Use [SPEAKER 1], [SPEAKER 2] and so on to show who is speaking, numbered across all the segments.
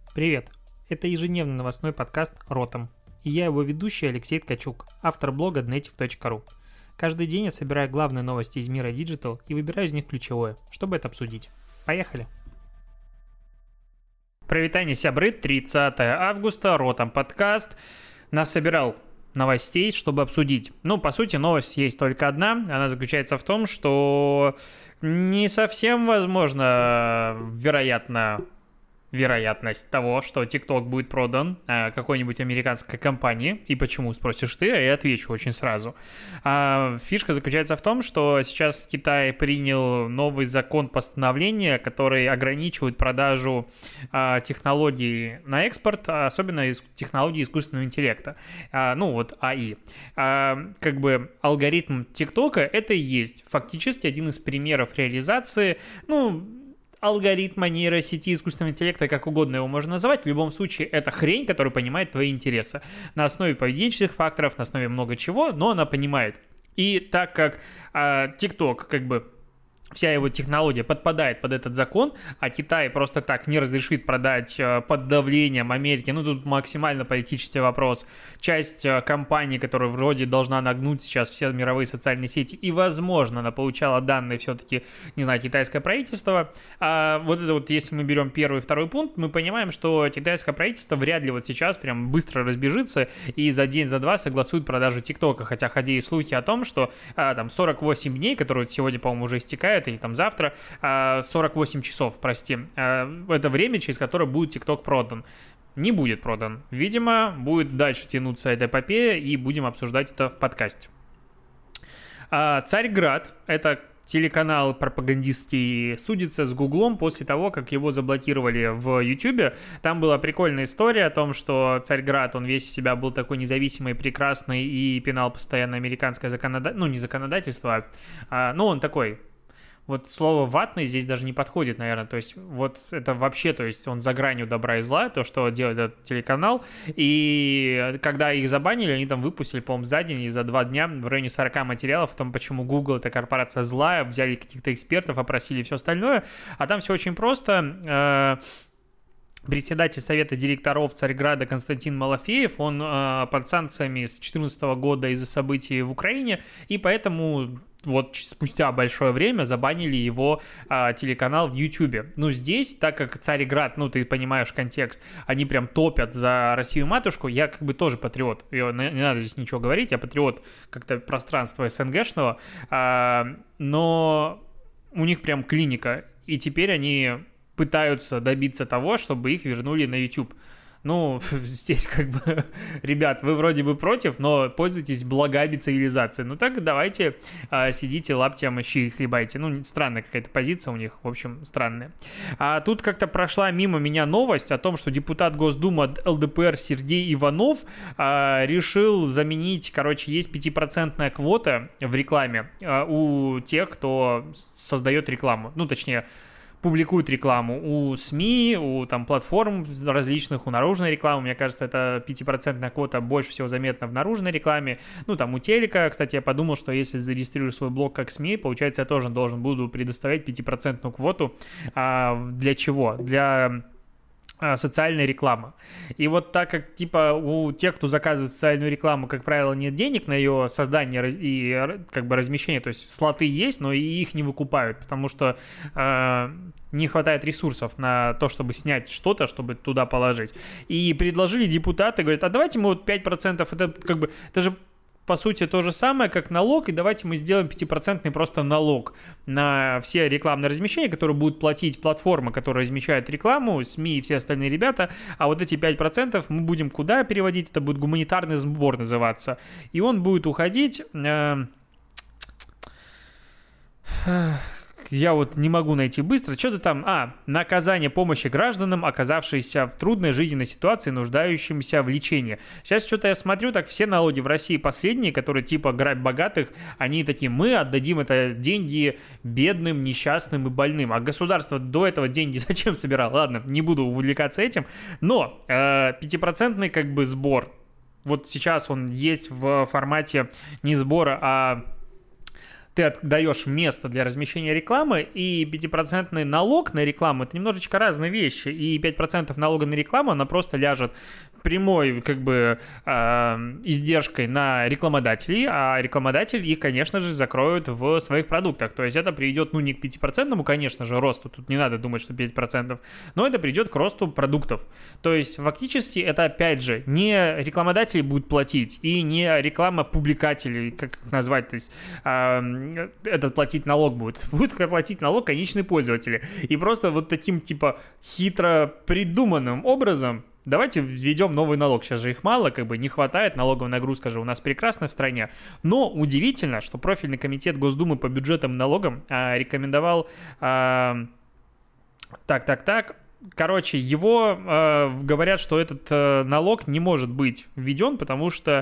[SPEAKER 1] Привет! Это ежедневный новостной подкаст «Ротом». И я его ведущий Алексей Ткачук, автор блога dnetiv.ru. Каждый день я собираю главные новости из мира Digital и выбираю из них ключевое, чтобы это обсудить. Поехали! Привитание, сябры, 30 августа, «Ротом» подкаст. Нас собирал новостей, чтобы обсудить. По сути, новость есть только одна. Она заключается в том, что не совсем возможно, вероятность того, что TikTok будет продан какой-нибудь американской компании. И почему, спросишь ты, а я отвечу очень сразу. Фишка заключается в том, что сейчас Китай принял новый закон постановления, который ограничивает продажу технологий на экспорт, особенно технологий искусственного интеллекта. АИ. Алгоритм TikTok это и есть фактически один из примеров реализации, алгоритма нейросети искусственного интеллекта, как угодно его можно называть, в любом случае это хрень, которая понимает твои интересы. На основе поведенческих факторов, на основе много чего, но она понимает. И так как TikTok, вся его технология подпадает под этот закон, а Китай просто так не разрешит продать под давлением Америки, тут максимально политический вопрос, часть компании, которая вроде должна нагнуть сейчас все мировые социальные сети, и, возможно, она получала данные все-таки, китайское правительство, если мы берем первый и второй пункт, мы понимаем, что китайское правительство вряд ли сейчас прям быстро разбежится и за день, за два согласует продажу ТикТока, хотя ходили слухи о том, что 48 дней, которые сегодня, по-моему, уже истекают, или завтра, 48 часов, это время, через которое будет TikTok продан. Не будет продан. Видимо, будет дальше тянуться эта эпопея, и будем обсуждать это в подкасте. Царьград — это телеканал пропагандистский, судится с Гуглом после того, как его заблокировали в Ютубе. Там была прикольная история о том, что Царьград, он весь из себя был такой независимый, прекрасный и пинал постоянно американское законодательство, не законодательство, он такой... слово «ватный» здесь даже не подходит, наверное, то есть это вообще, он за гранью добра и зла, то, что делает этот телеканал, и когда их забанили, они там выпустили, по-моему, за день и за 2 дня в районе 40 материалов о том, почему Google — это корпорация злая, взяли каких-то экспертов, опросили и все остальное, а там все очень просто. Председатель совета директоров Царьграда Константин Малафеев, он под санкциями с 2014 года из-за событий в Украине, и поэтому спустя большое время забанили его телеканал в Ютубе. Здесь, так как Царьград, ты понимаешь контекст, они прям топят за Россию-матушку, я тоже патриот, не надо здесь ничего говорить, я патриот как-то пространства СНГшного, но у них прям клиника, и теперь они пытаются добиться того, чтобы их вернули на YouTube. Здесь ребят, вы вроде бы против, но пользуйтесь благами цивилизации. Так давайте сидите, лаптем щи хлебайте. Странная какая-то позиция у них, в общем, странная. А тут как-то прошла мимо меня новость о том, что депутат Госдумы ЛДПР Сергей Иванов решил заменить, есть 5% квота в рекламе у тех, кто создает рекламу. Точнее, публикуют рекламу у СМИ, у платформ различных, у наружной рекламы. Мне кажется, это 5% квота больше всего заметна в наружной рекламе. У телека. Кстати, я подумал, что если зарегистрирую свой блог как СМИ, получается, я тоже буду предоставлять 5% квоту. Для чего? Для социальная реклама. И так как, у тех, кто заказывает социальную рекламу, как правило, нет денег на ее создание и размещение, то есть слоты есть, но и их не выкупают, потому что не хватает ресурсов на то, чтобы снять что-то, чтобы туда положить. И предложили депутаты, говорят, а давайте мы 5%, это же по сути, то же самое, как налог, и давайте мы сделаем 5% просто налог на все рекламные размещения, которые будут платить платформы, которые размещают рекламу, СМИ и все остальные ребята, а эти 5% мы будем куда переводить? Это будет гуманитарный сбор называться, и он будет уходить... Я не могу найти быстро. Что-то там... наказание помощи гражданам, оказавшимся в трудной жизненной ситуации, нуждающимся в лечении. Сейчас что-то я смотрю, так все налоги в России последние, которые грабь богатых, они такие, мы отдадим это деньги бедным, несчастным и больным. А государство до этого деньги зачем собирало? Ладно, не буду увлекаться этим. Но 5% сбор. Сейчас он есть в формате не сбора, а ты отдаешь место для размещения рекламы, и 5% налог на рекламу — это немножечко разные вещи, и 5% налога на рекламу, она просто ляжет прямой, как бы, издержкой на рекламодателей, а рекламодатель их, конечно же, закроют в своих продуктах. То есть это приведет, ну, не к 5%, конечно же, росту, тут не надо думать, что 5%, но это приведет к росту продуктов. То есть фактически это, опять же, не рекламодатель будет платить, и не реклама публикателей, как их назвать, то есть этот платить налог будет платить налог конечные пользователи. И просто вот таким, типа, хитро придуманным образом давайте введем новый налог. Сейчас же их мало, как бы не хватает, налоговая нагрузка же у нас прекрасна в стране. Но удивительно, что профильный комитет Госдумы по бюджетам и налогам рекомендовал... Короче, его говорят, что этот налог не может быть введен, потому что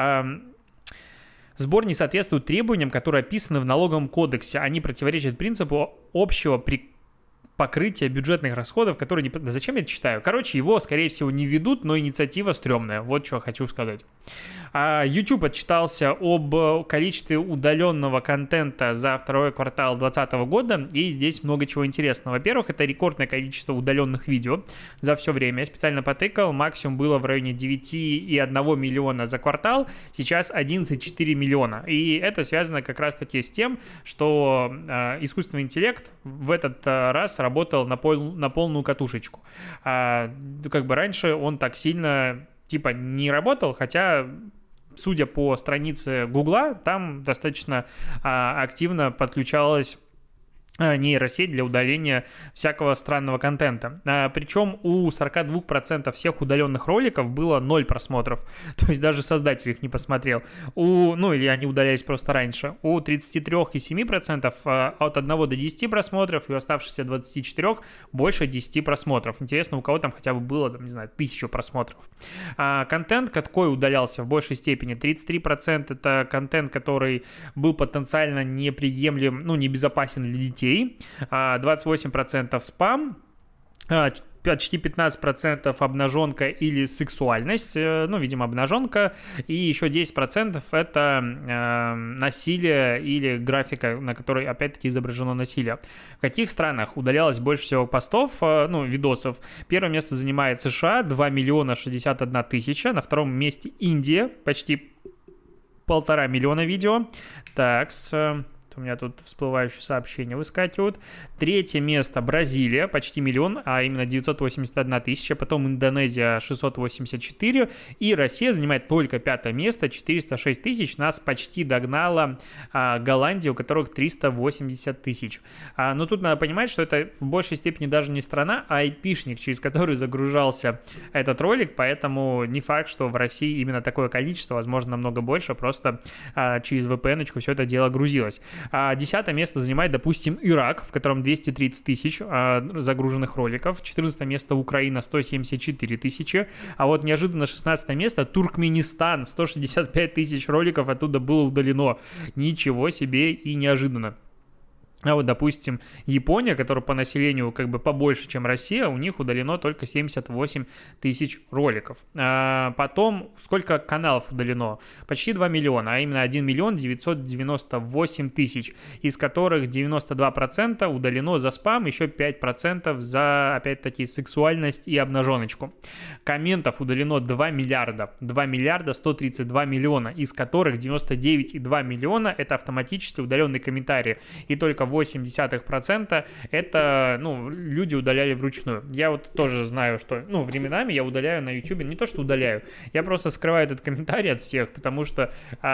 [SPEAKER 1] сбор не соответствует требованиям, которые описаны в налоговом кодексе. Они противоречат принципу общего покрытия бюджетных расходов, которые не... Да зачем я это читаю? Короче, его, скорее всего, не ведут, но инициатива стрёмная. Вот что хочу сказать. YouTube отчитался об количестве удаленного контента за второй квартал 2020 года, и здесь много чего интересного. Во-первых, это рекордное количество удаленных видео за все время. Я специально потыкал, максимум было в районе 9,1 миллиона за квартал, сейчас 11,4 миллиона. И это связано как раз-таки с тем, что искусственный интеллект в этот раз работал на полную катушечку. Как бы раньше он так сильно типа не работал, хотя, судя по странице Гугла, там достаточно активно подключалась нейросеть для удаления всякого странного контента. Причем у 42% всех удаленных роликов было 0 просмотров. То есть даже создатель их не посмотрел. Или они удалялись просто раньше. У 33,7% от 1 до 10 просмотров, и у оставшихся 24 больше 10 просмотров. Интересно, у кого там хотя бы было, там, не знаю, 1000 просмотров. Контент какой удалялся в большей степени? 33% это контент, который был потенциально неприемлем, небезопасен для детей. 28% спам, почти 15% обнаженка или сексуальность, видимо, обнаженка, и еще 10% это насилие или графика, на которой, опять-таки, изображено насилие. В каких странах удалялось больше всего постов, видосов? Первое место занимает США, 2 миллиона 61 тысяча, на втором месте Индия, почти 1,5 миллиона видео. У меня тут всплывающие сообщения выскакивают. Третье место Бразилия, почти миллион, а именно 981 тысяча. Потом Индонезия 684. И Россия занимает только 5-е место, 406 тысяч. Нас почти догнала Голландия, у которых 380 тысяч. Но тут надо понимать, что это в большей степени даже не страна, а айпишник, через который загружался этот ролик. Поэтому не факт, что в России именно такое количество, возможно, намного больше. Просто через VPN-очку все это дело грузилось. 10-е место занимает, допустим, Ирак, в котором 230 тысяч загруженных роликов. 14-е место Украина, 174 тысячи. А вот неожиданно 16-е место Туркменистан, 165 тысяч роликов оттуда было удалено. Ничего себе и неожиданно. А вот, допустим, Япония, которая по населению как бы побольше, чем Россия, у них удалено только 78 тысяч роликов. Потом, сколько каналов удалено? Почти 2 миллиона, а именно 1 миллион 998 тысяч, из которых 92% удалено за спам, еще 5% за, опять-таки, сексуальность и обнаженочку. Комментов удалено 2 миллиарда. 2 миллиарда 132 миллиона, из которых 99,2 миллиона это автоматически удаленные комментарии. И только 0,8% это, люди удаляли вручную. Я вот тоже знаю, что, временами я удаляю на YouTube, не то, что удаляю, я просто скрываю этот комментарий от всех, потому что,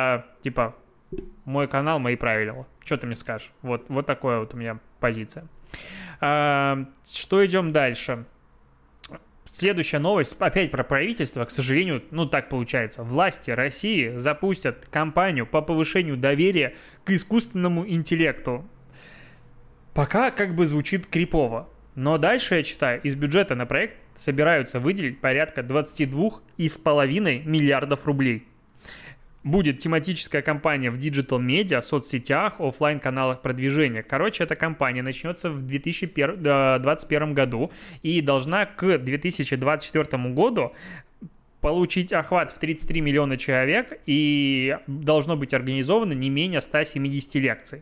[SPEAKER 1] мой канал, мои правила. Что ты мне скажешь? Вот такая вот у меня позиция. Что идем дальше? Следующая новость, опять про правительство, к сожалению, так получается. Власти России запустят кампанию по повышению доверия к искусственному интеллекту. Пока как бы звучит крипово, но дальше я читаю, из бюджета на проект собираются выделить порядка 22,5 миллиардов рублей. Будет тематическая кампания в диджитал-медиа, соцсетях, офлайн-каналах продвижения. Короче, эта кампания начнется в 2021 году и должна к 2024 году получить охват в 33 миллиона человек, и должно быть организовано не менее 170 лекций.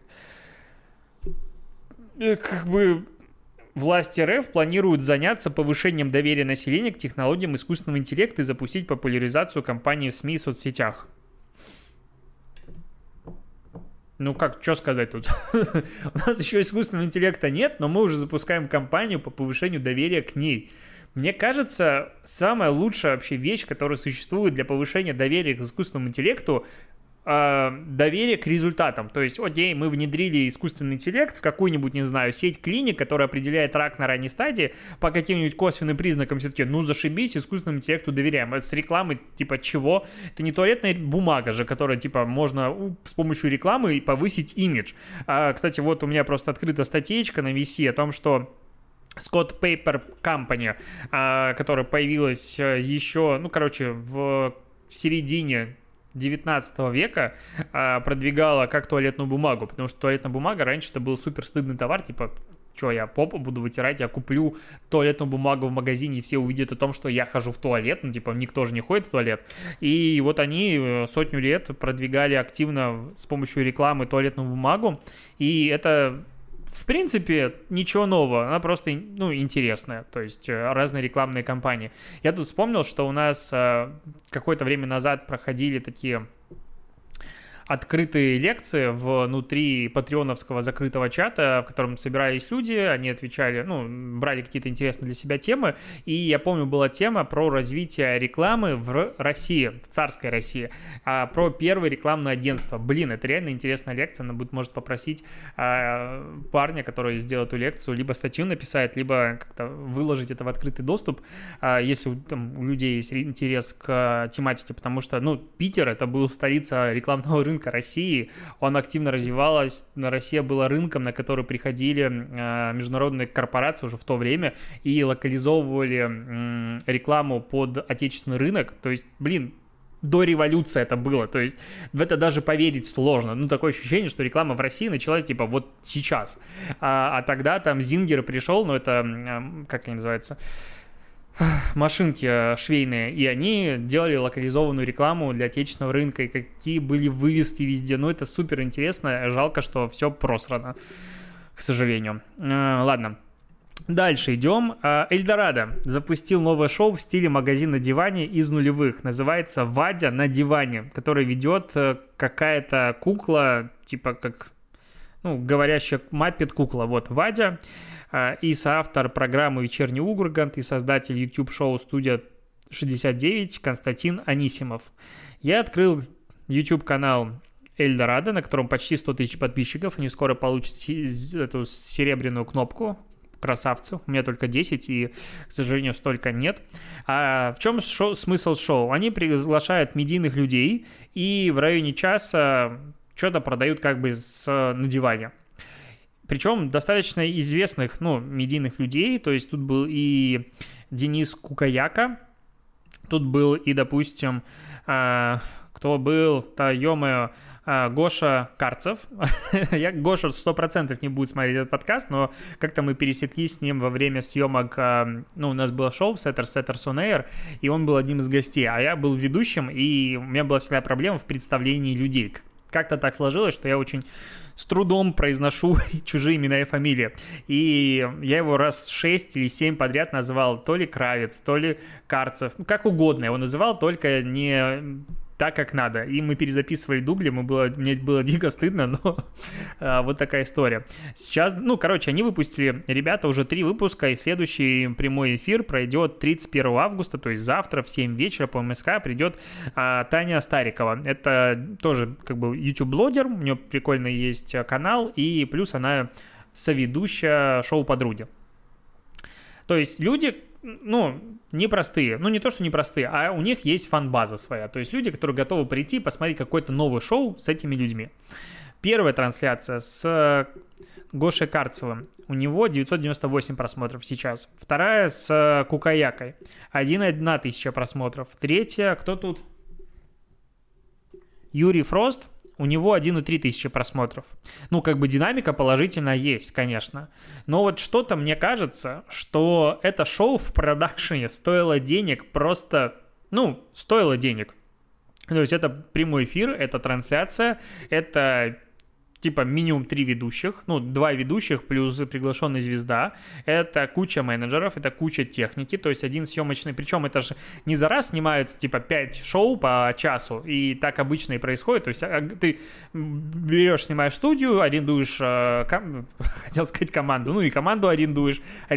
[SPEAKER 1] Как бы власти РФ планируют заняться повышением доверия населения к технологиям искусственного интеллекта и запустить популяризацию кампании в СМИ и соцсетях. Ну как, что сказать тут? У нас еще искусственного интеллекта нет, но мы уже запускаем кампанию по повышению доверия к ней. Мне кажется, самая лучшая вообще вещь, которая существует для повышения доверия к искусственному интеллекту, доверие к результатам. То есть, окей, мы внедрили искусственный интеллект в какую-нибудь, не знаю, сеть клиник, которая определяет рак на ранней стадии, по каким-нибудь косвенным признакам все-таки, ну, зашибись, искусственному интеллекту доверяем. Это с рекламой, типа, чего? Это не туалетная бумага же, которая, типа, можно с помощью рекламы повысить имидж. Кстати, вот у меня просто открыта статейка на VC о том, что Scott Paper Company, которая появилась еще, ну, короче, в середине 19 века продвигала как туалетную бумагу, потому что туалетная бумага раньше это был супер стыдный товар, типа, что я попу буду вытирать, я куплю туалетную бумагу в магазине, и все увидят о том, что я хожу в туалет, ну, типа, никто же не ходит в туалет. И вот они сотню лет продвигали активно с помощью рекламы туалетную бумагу, и это... В принципе, ничего нового, она просто, ну, интересная, то есть разные рекламные кампании. Я тут вспомнил, что у нас какое-то время назад проходили такие открытые лекции внутри патреоновского закрытого чата, в котором собирались люди, они отвечали, ну, брали какие-то интересные для себя темы, и я помню, была тема про развитие рекламы в России, в царской России, про первое рекламное агентство. Блин, это реально интересная лекция, она будет, может, попросить парня, который сделает эту лекцию, либо статью написать, либо как-то выложить это в открытый доступ, если там у людей есть интерес к тематике, потому что, ну, Питер, это был столица рекламного рынка России, он активно развивалась, Россия была рынком, на который приходили международные корпорации уже в то время и локализовывали рекламу под отечественный рынок, то есть, блин, до революции это было, то есть в это даже поверить сложно, ну, такое ощущение, что реклама в России началась, типа, вот сейчас, а тогда там Зингер пришел, ну, это, как они называются, машинки швейные, и они делали локализованную рекламу для отечественного рынка, и какие были вывески везде. Ну, это супер интересно, жалко, что все просрано, к сожалению. Ладно, дальше идем. Эльдорадо запустил новое шоу в стиле магазин на диване из нулевых. Называется «Вадя на диване», который ведет какая-то кукла, типа как, ну, говорящая маппет-кукла. Вот Вадя. И соавтор программы «Вечерний Ургант» и создатель YouTube-шоу «Студия 69» Константин Анисимов. Я открыл YouTube-канал Эльдорадо, на котором почти 100 тысяч подписчиков. Они скоро получат эту серебряную кнопку. Красавцы. У меня только 10, и, к сожалению, столько нет. А в чем смысл шоу? Они приглашают медийных людей и в районе часа что-то продают как бы на диване. Причем достаточно известных, ну, медийных людей, то есть тут был и Денис Кукаяка, тут был и, допустим, кто был-то, ё-моё, Гоша Карцев. Гоша 100% не будет смотреть этот подкаст, но как-то мы пересеклись с ним во время съемок, ну, у нас было шоу Setters on Air, и он был одним из гостей, а я был ведущим, и у меня была всегда проблема в представлении людей. Как-то так сложилось, что я очень с трудом произношу чужие имена и фамилии. И я его раз 6 или 7 подряд называл то ли Кравец, то ли Карцев. Ну, как угодно я его называл, только не так, как надо. И мы перезаписывали дубли, мне было дико стыдно, но вот такая история. Сейчас, ну, короче, они выпустили, ребята, уже 3 выпуска, и следующий прямой эфир пройдет 31 августа, то есть завтра в 7 вечера по МСК придет Таня Старикова. Это тоже как бы YouTube-блогер, у нее прикольно есть канал, и плюс она соведущая шоу «Подруги». То есть люди, ну, непростые. Ну, не то, что непростые, а у них есть фан-база своя. То есть люди, которые готовы прийти и посмотреть какое-то новое шоу с этими людьми. Первая трансляция с Гошей Карцевым. У него 998 просмотров сейчас. Вторая с Кукаякой. 1,1 тысяча просмотров. Третья, кто тут? Юрий Фрост. У него 1,3 тысячи просмотров. Ну, как бы динамика положительная есть, конечно. Но вот что-то мне кажется, что это шоу в продакшене стоило денег просто, ну, стоило денег. То есть это прямой эфир, это трансляция, это типа минимум 3 ведущих, ну, 2 ведущих плюс приглашенная звезда, это куча менеджеров, это куча техники, то есть один съемочный, причем это же не за раз снимаются типа 5 шоу по часу, и так обычно и происходит, то есть ты берешь, снимаешь студию, арендуешь, хотел сказать команду, ну и команду арендуешь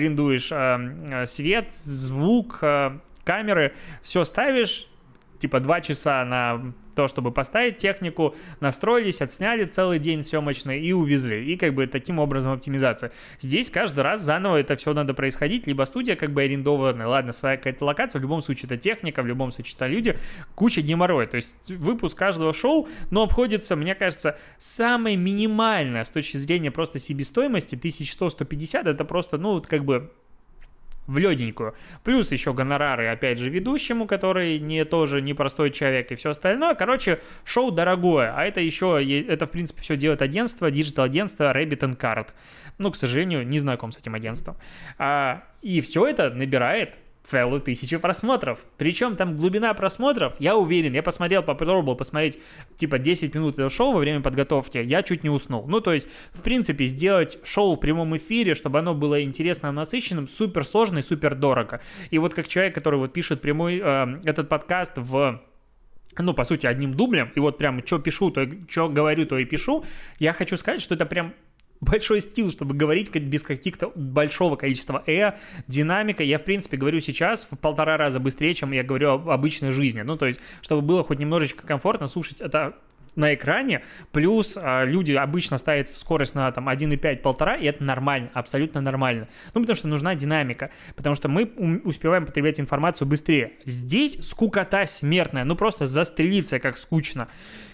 [SPEAKER 1] свет, звук, камеры, все ставишь, типа 2 часа на то, чтобы поставить технику, настроились, отсняли целый день съемочный и увезли. И как бы таким образом оптимизация. Здесь каждый раз заново это все надо происходить, либо студия как бы арендованная, ладно, своя какая-то локация, в любом случае это техника, в любом случае это люди, куча геморроя. То есть выпуск каждого шоу, но обходится, мне кажется, самое минимальное с точки зрения просто себестоимости, 1100-150, это просто, ну, вот как бы в легенькую. Плюс еще гонорары, опять же, ведущему, который тоже непростой человек и все остальное. Короче, шоу дорогое, а это еще, это в принципе все делает агентство, диджитал-агентство Rabbit & Card. Ну, к сожалению, не знаком с этим агентством. И все это набирает целую 1000 просмотров. Причем там глубина просмотров, я уверен, я попробовал посмотреть типа 10 минут этого шоу во время подготовки, я чуть не уснул. Ну, то есть, в принципе, сделать шоу в прямом эфире, чтобы оно было интересным, насыщенным, супер сложно и супер дорого. И вот как человек, который вот пишет этот подкаст ну, по сути, одним дублем, и вот прям что пишу, что говорю, то и пишу, я хочу сказать, что это прям большой стил, чтобы говорить без каких-то большого количества динамика. Я, в принципе, говорю сейчас в 1,5 раза быстрее, чем я говорю об обычной жизни. Ну, то есть, чтобы было хоть немножечко комфортно слушать это на экране, плюс люди обычно ставят скорость на там 1,5-1,5, и это нормально, абсолютно нормально. Ну, потому что нужна динамика, потому что мы успеваем потреблять информацию быстрее. Здесь скукота смертная, ну, просто застрелиться как скучно.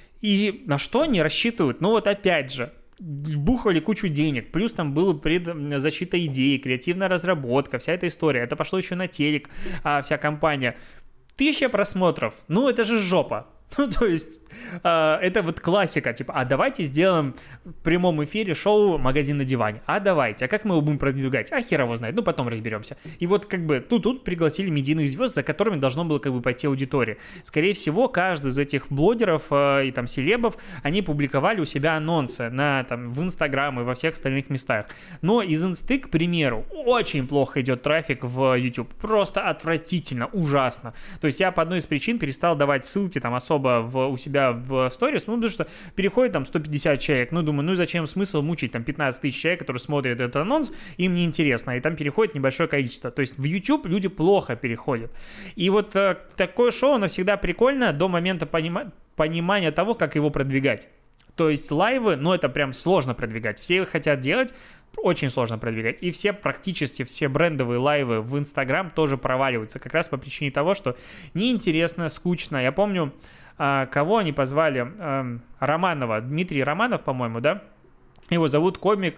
[SPEAKER 1] И на что они рассчитывают? Ну, вот опять же, бухали кучу денег, плюс там была защита идеи, креативная разработка, вся эта история. Это пошло еще на телек, вся компания. 1000 просмотров, ну это же жопа. Ну, то есть, это вот классика, типа, а давайте сделаем в прямом эфире шоу «Магазин на диване». А давайте, а как мы его будем продвигать? А хер его знает, ну, потом разберемся. И вот, как бы, тут пригласили медийных звезд, за которыми должно было, как бы, пойти аудитория. Скорее всего, каждый из этих блогеров и, там, селебов, они публиковали у себя анонсы в Инстаграм и во всех остальных местах. Но из Инсты, к примеру, очень плохо идет трафик в YouTube. Просто отвратительно, ужасно. То есть, я по одной из причин перестал давать ссылки, там, особо у себя в сторис, ну, потому что переходит там 150 человек, ну, думаю, ну, зачем смысл мучить там 15 тысяч человек, которые смотрят этот анонс, им неинтересно, и там переходит небольшое количество. То есть в YouTube люди плохо переходят. И вот такое шоу, оно всегда прикольно до момента понимания того, как его продвигать. То есть лайвы, ну, это прям сложно продвигать. Все их хотят делать, очень сложно продвигать. И практически все брендовые лайвы в Инстаграм тоже проваливаются, как раз по причине того, что неинтересно, скучно. Я помню, кого они позвали, Романова, Дмитрий Романов, по-моему, да? Его зовут комик,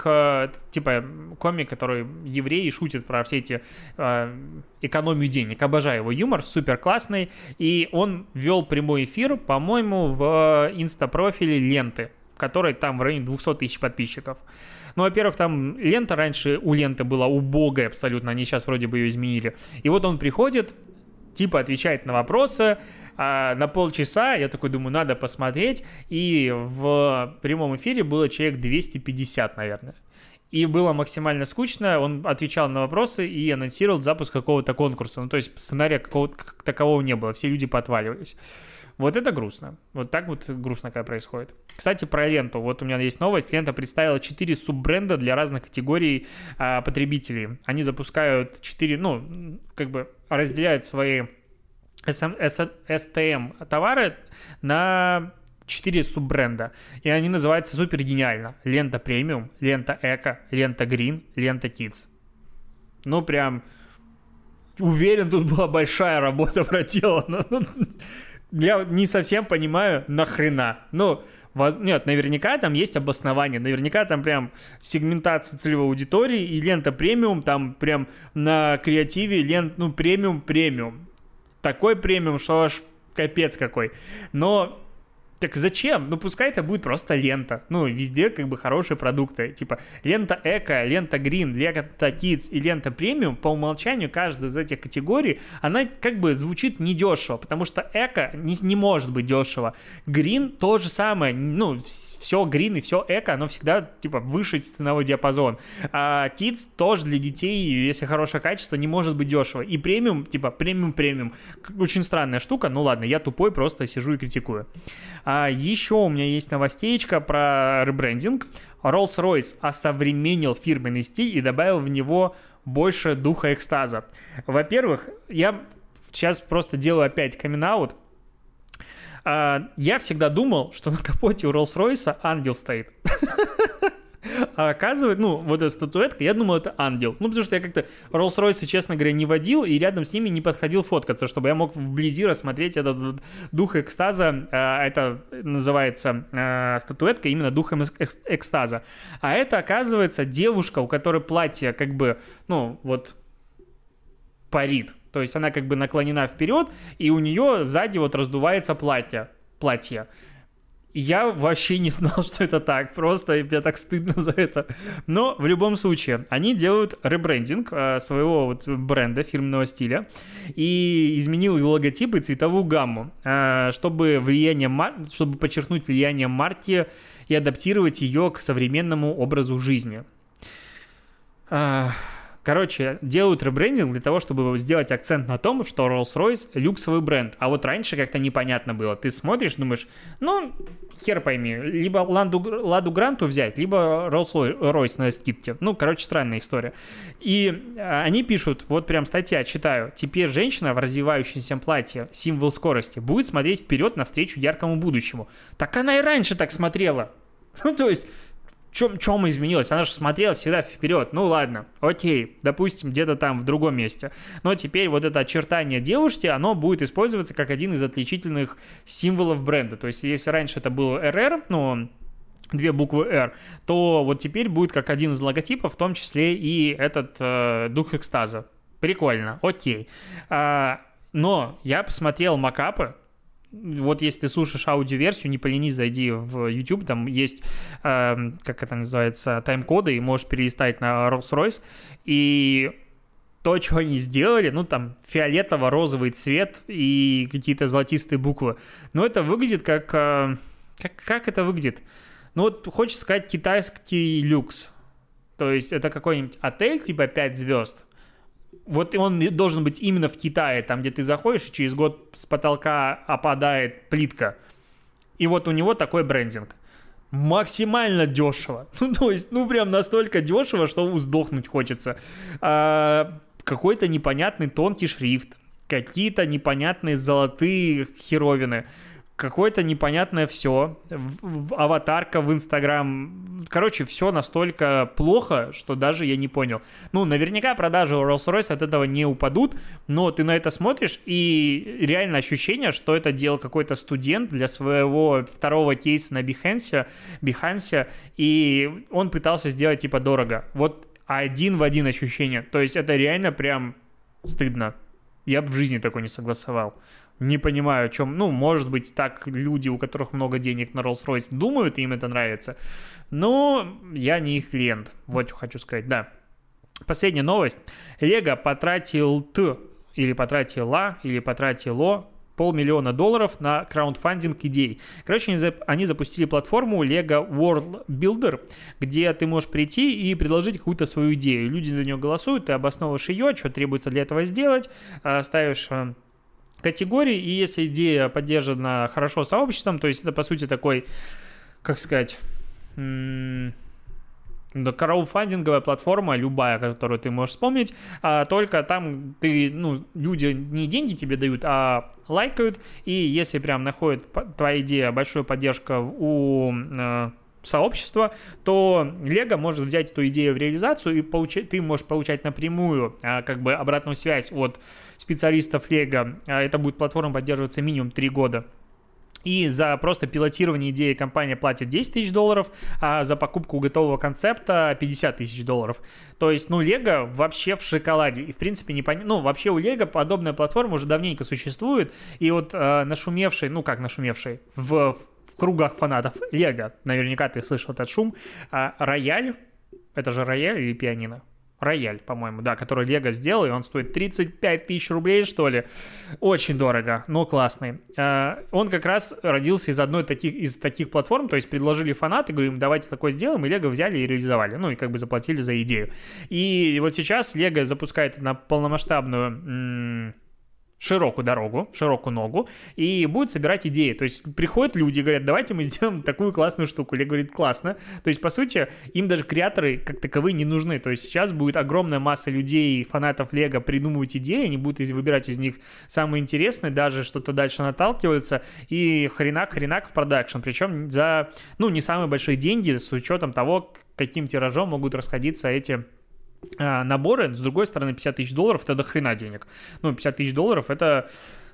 [SPEAKER 1] комик, который еврей и шутит про все эти экономию денег. Обожаю его юмор, супер классный. И он вел прямой эфир, по-моему, в инста-профиле Ленты, который там в районе 200 тысяч подписчиков. Ну, во-первых, там лента раньше у Ленты была убогая абсолютно, они сейчас вроде бы ее изменили. И вот он приходит, типа отвечает на вопросы, на полчаса, я такой думаю, надо посмотреть, и в прямом эфире было человек 250, наверное. И было максимально скучно, он отвечал на вопросы и анонсировал запуск какого-то конкурса, ну, то есть сценария какого-то такового не было, все люди поотваливались. Вот это грустно. Вот так вот грустно, когда происходит. Кстати, про ленту. Вот у меня есть новость. Лента представила 4 суббренда для разных категорий потребителей. Они запускают 4, ну, как бы разделяют свои STM товары на 4 суббренда. И они называются супер гениально. Лента премиум, лента эко, лента грин, лента kids. Ну, прям уверен, тут была большая работа проделана. Я не совсем понимаю, нахрена. Ну, нет, наверняка там есть обоснование, наверняка там прям сегментация целевой аудитории и лента премиум, там прям на креативе премиум. Такой премиум, что аж капец какой. Но Так зачем? Ну, пускай это будет просто лента. Ну, везде как бы хорошие продукты. Типа лента Эко, лента Green, лента Kids и лента Премиум. По умолчанию каждая из этих категорий, она как бы звучит недешево, потому что Эко не может быть дешево. Green то же самое. Ну, все Green и все Эко, оно всегда типа выше ценовой диапазон. А Kids тоже для детей, если хорошее качество, не может быть дешево. И Премиум, типа премиум. Очень странная штука. Ну ладно, я тупой, просто сижу и критикую. Еще у меня есть новостеечка про ребрендинг. Rolls-Royce осовременил фирменный стиль и добавил в него больше духа экстаза. Во-первых, я сейчас просто делаю опять камин-аут. Я всегда думал, что на капоте у Rolls-Royce ангел стоит. А оказывается, ну, вот эта статуэтка, я думал, это ангел. Ну, потому что я как-то Rolls-Royce, честно говоря, не водил, и рядом с ними не подходил фоткаться, чтобы я мог вблизи рассмотреть этот вот дух экстаза. Это называется статуэтка именно духом экстаза. А это, оказывается, девушка, у которой платье как бы, ну, вот парит. То есть она как бы наклонена вперед, и у нее сзади вот раздувается платье. Я вообще не знал, что это так, просто мне так стыдно за это. Но в любом случае, они делают ребрендинг своего вот бренда, фирменного стиля, и изменил логотип и цветовую гамму, чтобы подчеркнуть влияние марки и адаптировать ее к современному образу жизни. Короче, делают ребрендинг для того, чтобы сделать акцент на том, что Rolls-Royce люксовый бренд. А вот раньше как-то непонятно было. Ты смотришь, думаешь, ну, хер пойми, либо Ладу Гранту взять, либо Rolls-Royce на скидке. Ну, короче, странная история. И они пишут, вот прям статья, читаю. Теперь женщина в развивающемся платье, символ скорости, будет смотреть вперед навстречу яркому будущему. Так она и раньше так смотрела. Ну, то есть... Чем изменилось? Она же смотрела всегда вперед. Ну ладно, окей, допустим, где-то там в другом месте. Но теперь вот это очертание девушки, оно будет использоваться как один из отличительных символов бренда. То есть если раньше это был РР, ну, 2 буквы R, то вот теперь будет как один из логотипов, в том числе и этот дух экстаза. Прикольно, окей. Но я посмотрел макапы. Вот если ты слушаешь аудиоверсию, не поленись, зайди в YouTube, там есть, как это называется, тайм-коды, и можешь перелистать на Rolls-Royce, и то, что они сделали, ну, там, фиолетово-розовый цвет и какие-то золотистые буквы, но это выглядит как... Как это выглядит? Ну, вот хочется сказать китайский люкс, то есть это какой-нибудь отель, типа 5 звезд, вот он должен быть именно в Китае, там, где ты заходишь, и через год с потолка опадает плитка. И вот у него такой брендинг. Максимально дешево. Ну, то есть, ну, прям настолько дешево, что сдохнуть хочется. Какой-то непонятный тонкий шрифт. Какие-то непонятные золотые херовины. Какое-то непонятное все, аватарка в Инстаграм. Короче, все настолько плохо, что даже я не понял. Ну, наверняка продажи у Rolls-Royce от этого не упадут, но ты на это смотришь, и реально ощущение, что это делал какой-то студент для своего второго кейса на Behance, и он пытался сделать типа дорого. Вот один в один ощущение. То есть это реально прям стыдно. Я бы в жизни такой не согласовал. Не понимаю, о чем... Ну, может быть, так люди, у которых много денег на Rolls-Royce, думают, и им это нравится. Но я не их клиент. Вот что хочу сказать, да. Последняя новость. Лего потратило $500 000 на краундфандинг идей. Короче, они запустили платформу Lego World Builder, где ты можешь прийти и предложить какую-то свою идею. Люди за нее голосуют, ты обосновываешь ее, что требуется для этого сделать, ставишь категории, и если идея поддержана хорошо сообществом, то есть это, по сути, такой, как сказать... краудфандинговая платформа, любая, которую ты можешь вспомнить, только там люди не деньги тебе дают, а лайкают, и если прям находит твоя идея большую поддержку у сообщества, то Lego может взять эту идею в реализацию, и ты можешь получать напрямую как бы обратную связь от специалистов Lego. Это будет платформа поддерживаться минимум 3 года. И за просто пилотирование идеи компания платит $10 000, а за покупку готового концепта $50 000. То есть, Lego вообще в шоколаде. И, в принципе, вообще у Lego подобная платформа уже давненько существует. И вот нашумевший, в в кругах фанатов Лего, наверняка ты слышал этот шум, рояль, это же рояль или пианино? Рояль, по-моему, да, который Лего сделал, и он стоит 35 тысяч рублей, что ли. Очень дорого, но классный. Он как раз родился из одной из таких платформ, то есть предложили фанаты, говорим, давайте такое сделаем, и Лего взяли и реализовали, ну и как бы заплатили за идею. И вот сейчас Лего запускает на полномасштабную широкую ногу, и будет собирать идеи. То есть приходят люди и говорят, давайте мы сделаем такую классную штуку. Лего говорит, классно. То есть, по сути, им даже креаторы как таковые не нужны. То есть сейчас будет огромная масса людей, фанатов Лего, придумывать идеи, они будут выбирать из них самые интересные, даже что-то дальше наталкиваются, и хренак в продакшн. Причем за, не самые большие деньги, с учетом того, каким тиражом могут расходиться эти наборы. С другой стороны, 50 тысяч долларов это до хрена денег. 50 тысяч долларов это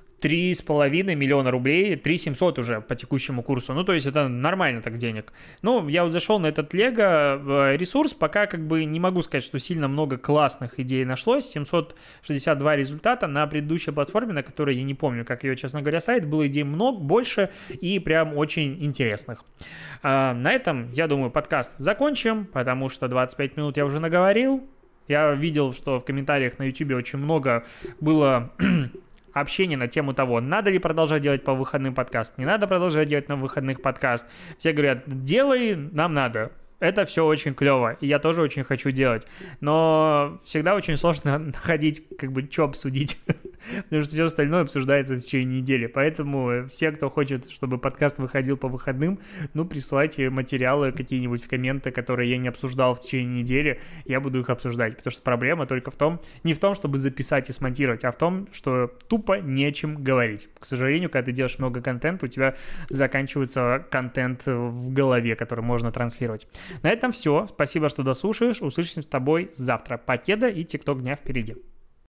[SPEAKER 1] 3,5 миллиона рублей, 3 700 уже по текущему курсу. То есть это нормально так денег. Я вот зашел на этот Лего ресурс, пока как бы не могу сказать, что сильно много классных идей нашлось. 762 результата на предыдущей платформе, на которой я не помню, как ее, честно говоря, сайт, было идей больше и прям очень интересных. На этом, я думаю, подкаст закончим, потому что 25 минут я уже наговорил. Я видел, что в комментариях на YouTube очень много было общение на тему того, надо ли продолжать делать по выходным подкаст, не надо продолжать делать на выходных подкаст. Все говорят, делай, нам надо. Это все очень клево, и я тоже очень хочу делать. Но всегда очень сложно находить, что обсудить, потому что все остальное обсуждается в течение недели. Поэтому все, кто хочет, чтобы подкаст выходил по выходным, присылайте материалы какие-нибудь в комменты, которые я не обсуждал в течение недели, я буду их обсуждать. Потому что проблема только не в том, чтобы записать и смонтировать, а в том, что тупо нечем говорить. К сожалению, когда ты делаешь много контента, у тебя заканчивается контент в голове, который можно транслировать. На этом все. Спасибо, что дослушаешь. Услышимся с тобой завтра. Покеда и ТикТок дня впереди.